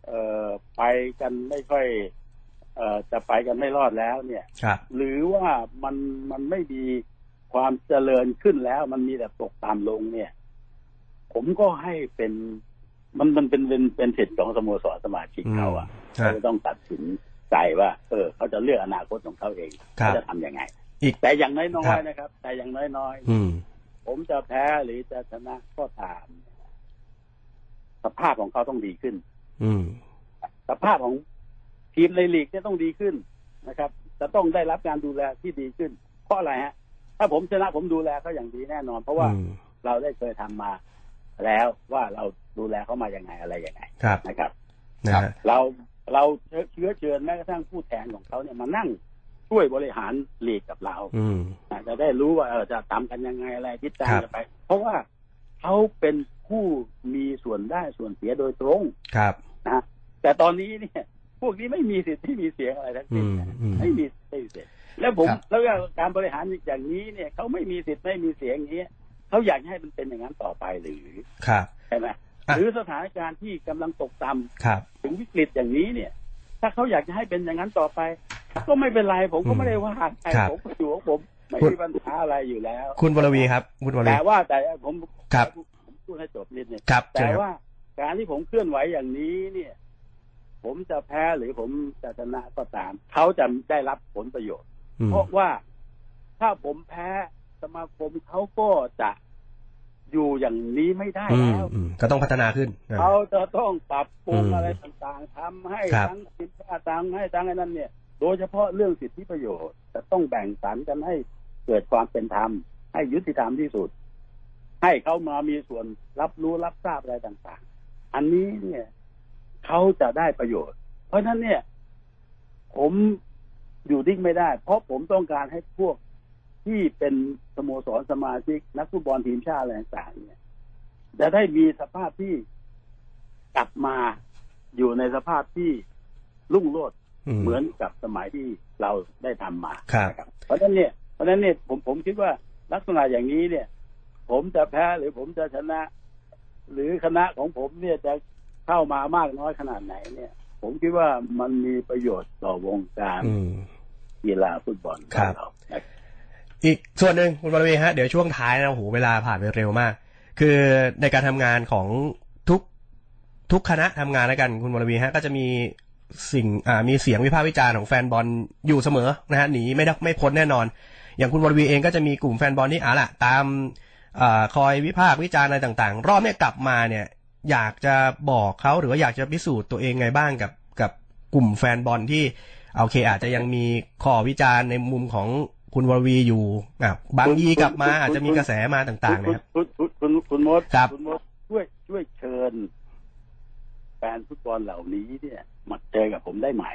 ไปกันไม่ค่อยจะไปกันไม่รอดแล้วเนี่ยหรือว่ามันไม่มีความเจริญขึ้นแล้วมันมีแต่ตกต่ำลงเนี่ยผมก็ให้เป็นมันเป็นสิทธิ์ของสโมสรสมาชิกเขาเขาจะต้องตัดสินใจว่าเขาจะเลือกอนาคตของเขาเองเขาจะทำยังไงแต่อย่างน้อยๆนะครับแต่อย่างน้อยๆผมจะแพ้หรือจะชนะก็ตามสภาพของเขาต้องดีขึ้นสภาพของทีมในลีกจะต้องดีขึ้นนะครับจะต้องได้รับการดูแลที่ดีขึ้นเพราะอะไรฮะถ้าผมชนะผมดูแลเขาอย่างดีแน่นอนเพราะว่าเราได้เคยทำมาแล้วว่าเราดูแลเขามาอย่างไงอะไรอย่างไงนะครับเราเชื้อเชิญแม้กระทั่งผู้แทนของเขาเนี่ยมานั่งช่วยบริหารลีกกับเราจะได้รู้ว่าจะทำกันยังไงอะไรทิศทางจะไปเพราะว่าเขาเป็นผู้มีส่วนได้ส่วนเสียโดยตรงนะแต่ตอนนี้เนี่ยพวกนี้ไม่มีสิทธิ์ที่มีเสียงอะไรทั้งสิ้นไม่มีสิทธิ์แล้วการบริหารอย่างนี้เนี่ยเขาไม่มีสิทธิ์ไม่มีเสียงอย่างนี้เขาอยากให้มันเป็นอย่างนั้นต่อไปหรือใช่ไหมหรือสถานการณ์ที่กำลังตกต่ำถึงวิกฤตอย่างนี้เนี่ยถ้าเขาอยากจะให้เป็นอย่างนั้นต่อไปก็ไม่เป็นไรผมก็ไม่ได้ว่าใครผมก็อยู่ของผมไม่มีปัญหาอะไรอยู่แล้วคุณวรวีครับคุณวรวีแต่ผมพูดให้จบนิดนึงแต่ว่าการที่ผมเคลื่อนไหวอย่างนี้เนี่ยผมจะแพ้หรือผมจะชนะก็ตามเขาจะได้รับผลประโยชน์เพราะว่าถ้าผมแพ้สมาคมเขาก็จะอยู่อย่างนี้ไม่ได้แล้วก็ต้องพัฒนาขึ้นเขาจะต้องปรับปรุงอะไรต่างๆทำให้ทั้งสินค้าต่างให้ทั้งไอ้นั่นเนี่ยโดยเฉพาะเรื่องสิทธิประโยชน์จะต้องแบ่งสรรกันให้เกิดความเป็นธรรมให้ยุติธรรมที่สุดให้เขามามีส่วนรับรู้รับทราบอะไรต่างๆอันนี้เนี่ยเขาจะได้ประโยชน์เพราะฉะนั้นเนี่ยผมอยู่ดิ้งไม่ได้เพราะผมต้องการให้พวกที่เป็นสโมสรสมาชิกนักฟุตบอลทีมชาติอะไรต่างๆเนี่ยจะได้มีสภาพที่กลับมาอยู่ในสภาพที่รุ่งโรจน์เหมือนกับสมัยที่เราได้ทำมาเพราะฉะนั้นเนี่ยผมคิดว่าลักษณะอย่างนี้เนี่ยผมจะแพ้หรือผมจะชนะหรือคณะของผมเนี่ยจะเข้ามามากน้อยขนาดไหนเนี่ยผมคิดว่ามันมีประโยชน์ต่อวงการกีฬาฟุตบอลของเราอีกส่วนหนึ่งคุณบรวีฮะเดี๋ยวช่วงท้ายนะโหเวลาผ่านไปเร็วมากคือในการทำงานของทุกคณะทำงานแล้วกันคุณบรวีฮะก็จะมีมีเสียงวิพากษ์วิจารณ์ของแฟนบอลอยู่เสมอนะฮะหนีไม่พ้นแน่นอนอย่างคุณบรวีเองก็จะมีกลุ่มแฟนบอลที่ล่ะตามคอยวิพากษ์วิจารณ์อะไรต่างๆรอบนี้กลับมาเนี่ยอยากจะบอกเขาหรือว่าอยากจะพิสูจน์ตัวเองไงบ้างกับกลุ่มแฟนบอลที่โอเคอาจจะยังมีข้อวิจารณ์ในมุมของคุณวรวีอยู่บางยีกลับมาอาจจะมีกระแสมาต่างๆนะครับคุณมดช่วยเชิญแฟนฟุตบอลเหล่านี้เนี่ยมาเจอกับผมได้ไหม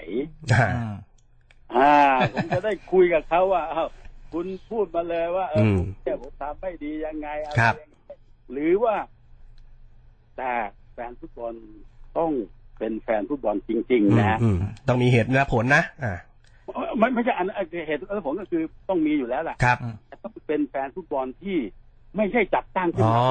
ผมจะได้คุยกับเขาว่าคุณพูดมาเลยว่าผมทำไม่ดียังไงอะไรหรือว่าแต่แฟนฟุตบอลต้องเป็นแฟนฟุตบอลจริงๆนะต้องมีเหตุและผลนะไม่ใช่เหตุและผลก็คือต้องมีอยู่แล้วแหละต้องเป็นแฟนฟุตบอลที่ไม่ใช่จัดตั้งขึ้นมา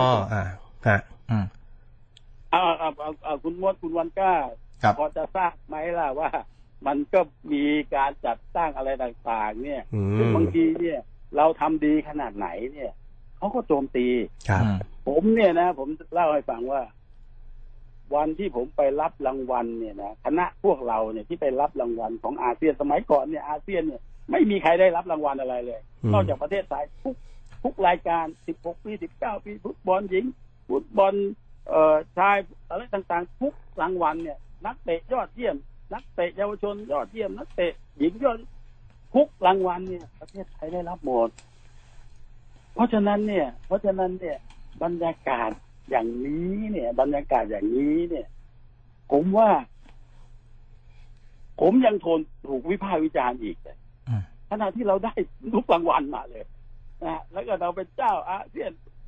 คุณมดคุณวันก้าพอจะทราบไหมล่ะว่ามันก็มีการจัดตั้งอะไรต่างๆเนี่ยซึ่งบางทีเนี่ยเราทำดีขนาดไหนเนี่ยเขาก็โจมตีผมเนี่ยนะผมเล่าให้ฟังว่าวันที่ผมไปรับรางวัลเนี่ยนะคณะพวกเราเนี่ยที่ไปรับรางวัลของอาเซียนสมัยก่อนเนี่ยอาเซียนเนี่ยไม่มีใครได้รับรางวัลอะไรเลยนอกจากประเทศไทยทุกรายการ16 ปี 19 ปีฟุตบอลหญิงฟุตบอลชายอะไรต่างๆทุกรางวัลเนี่ยนักเตะยอดเยี่ยมนักเตะเยาวชนยอดเยี่ยมนักเตะหญิงยอดทุกรางวัลเนี่ยประเทศไทยได้รับหมดเพราะฉะนั้นเนี่ยบรรยากาศอย่างนี้เนี่ยผมว่าผมยังทนถูกวิพากษ์วิจารณ์อีกเลยขณะที่เราได้ทุกรางวัลมาเลยนะแล้วก็เราเป็นเจ้าอาเซียน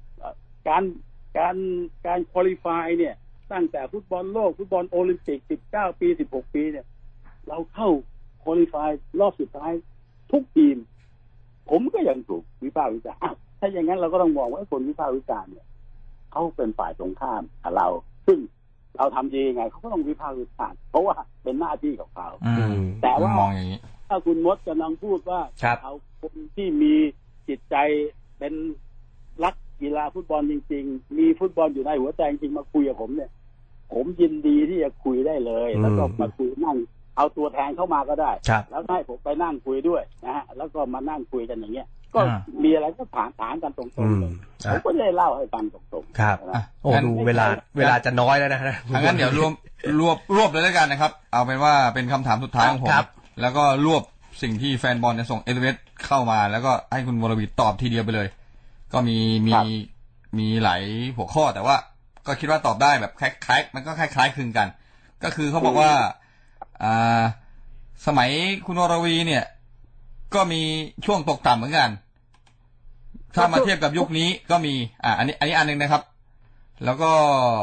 การควอลิฟายเนี่ยตั้งแต่ฟุตบอลโลกฟุตบอลโอลิมปิก19 ปี16 ปีเนี่ยเราเข้าควอลิฟายรอบสุดท้ายทุกทีมผมก็ยังถูกวิพากษ์วิจารณ์ถ้าอย่างนั้นเราก็ต้องมองว่าคนวิพากษ์วิจารณ์เนี่ยเขาเป็นฝ่ายตรงข้ามกับเราซึ่งเราทำดีไงเขาก็ต้องวิพากษ์วิจารณ์เพราะว่าเป็นหน้าที่ของเขาแต่ว่ามองอย่างนี้ถ้าคุณมดกำลังพูดว่าเอาคนที่มีจิตใจเป็นรักกีฬาฟุตบอลจริงๆมีฟุตบอลอยู่ในหัวใจจริงๆมาคุยกับผมเนี่ยผมยินดีที่จะคุยได้เลยแล้วก็มาคุยนั่งเอาตัวแทนเข้ามาก็ได้แล้วให้ผมไปนั่งคุยด้วยนะฮะแล้วก็มานั่งคุยกันอย่างเงี้ยก็มีอะไรก็ถามกันตรงๆเลยผมก็ได้เล่าให้ฟังตรงๆครับโอ้ดูเวลาจะน้อยแล้วนะงั้นเดี๋ยวรวบเลยแล้วกันนะครับเอาเป็นว่าเป็นคำถามสุดท้ายของผมแล้วก็รวบสิ่งที่แฟนบอลจะส่งSMSเข้ามาแล้วก็ให้คุณวรวีตอบทีเดียวไปเลยก็มีหลายหัวข้อแต่ว่าก็คิดว่าตอบได้แบบคล้ายๆมันก็คล้ายๆคลึงกันก็คือเขาบอกว่าสมัยคุณวรวีเนี่ยก็มีช่วงตกต่ำเหมือนกันถ้ามาเทียบกับยุคนี้ก็มีอันนี้อันนึงนะครับแล้วก็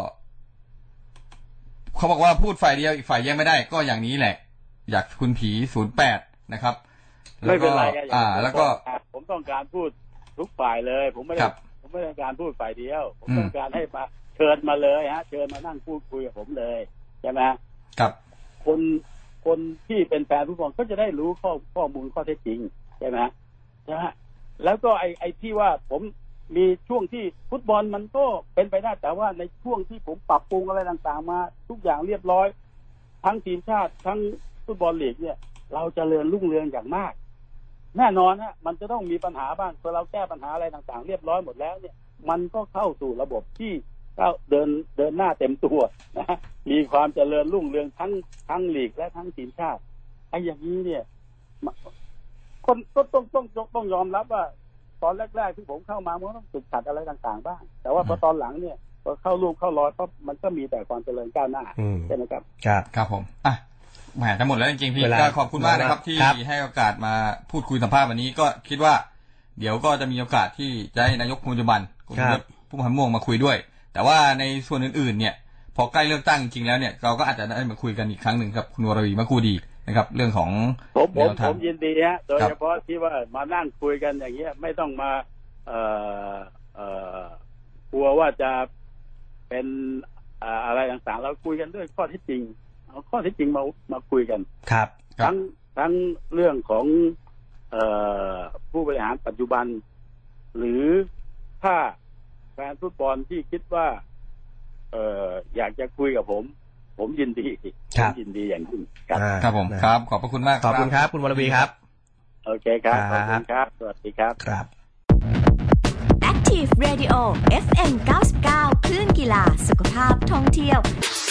เขาบอกว่าพูดฝ่ายเดียวอีกฝ่ายแย่งไม่ได้ก็อย่างนี้แหละอยากคุณผี08นะครับไม่เป็นไรแล้วก็ผมต้องการพูดทุกฝ่ายเลยผมไม่ต้องการพูดฝ่ายเดียวผมต้องการให้มาเชิญมาเลยฮะเชิญมานั่งพูดคุยกับผมเลยใช่ไหมครับคนที่เป็นแฟนฟุตบอลก็จะได้รู้ข้อมูลข้อเท็จจริงใช่ไหมฮะแล้วก็ไอ้ที่ว่าผมมีช่วงที่ฟุตบอลมันก็เป็นไปได้แต่ว่าในช่วงที่ผมปรับปรุงอะไรต่างๆมาทุกอย่างเรียบร้อยทั้งทีมชาติทั้งฟุตบอลลีกเนี่ยเราเจริญรุ่งเรืองอย่างมากแน่นอนฮะมันจะต้องมีปัญหาบ้างพอเราแก้ปัญหาอะไรต่างๆเรียบร้อยหมดแล้วเนี่ยมันก็เข้าสู่ระบบที่เดินหน้าเต็มตัวนะมีความเจริญรุ่งเรืองทั้งลีกและทั้งทีมชาติไอ้อย่างนี้เนี่ยคนก็ต้องยอมรับว่าตอนแรกๆที่ผมเข้ามามันต้องติดขัดอะไรต่างๆบ้างแต่ว่าพอตอนหลังเนี่ยพอเข้ารูปเข้ารอยปั๊บมันก็มีแต่ความเจริญก้าวหน้าใช่ไหมครับครับผมแหมทั้งหมดแล้วจริงๆพี่ก็ขอบคุณมากนะครับที่ให้โอกาสมาพูดคุยสัมภาษณ์วันนี้ก็คิดว่าเดี๋ยวก็จะมีโอกาสที่จะให้นายกปัจจุบันคุณผู้พันม่วงมาคุยด้วยแต่ว่าในส่วนอื่นๆเนี่ยพอใกล้เลือกตั้งจริงแล้วเนี่ยเราก็อาจจะได้มาคุยกันอีกครั้งหนึ่งครับคุณวรวีมะกูดีนะครับเรื่องของผมยินดีฮะโดยเฉพาะที่ว่ามานั่งคุยกันอย่างเงี้ยไม่ต้องมากลัวว่าจะเป็นอะไรต่างๆเราคุยกันด้วยข้อเท็จจริงเอาข้อเท็จจริงมาคุยกันครับทั้งเรื่องของผู้บริหารปัจจุบันหรือถ้าแฟนฟุตบอลที่คิดว่าอยากจะคุยกับผมยินดีอย่างยิ่งครับผมครับขอบพระคุณมากขอบคุณครับคุณวรวีครับโอเคครับขอบคุณครับสวัสดีครับครับ Active Radio FM 99คลื่นกีฬาสุขภาพท่องเที่ยว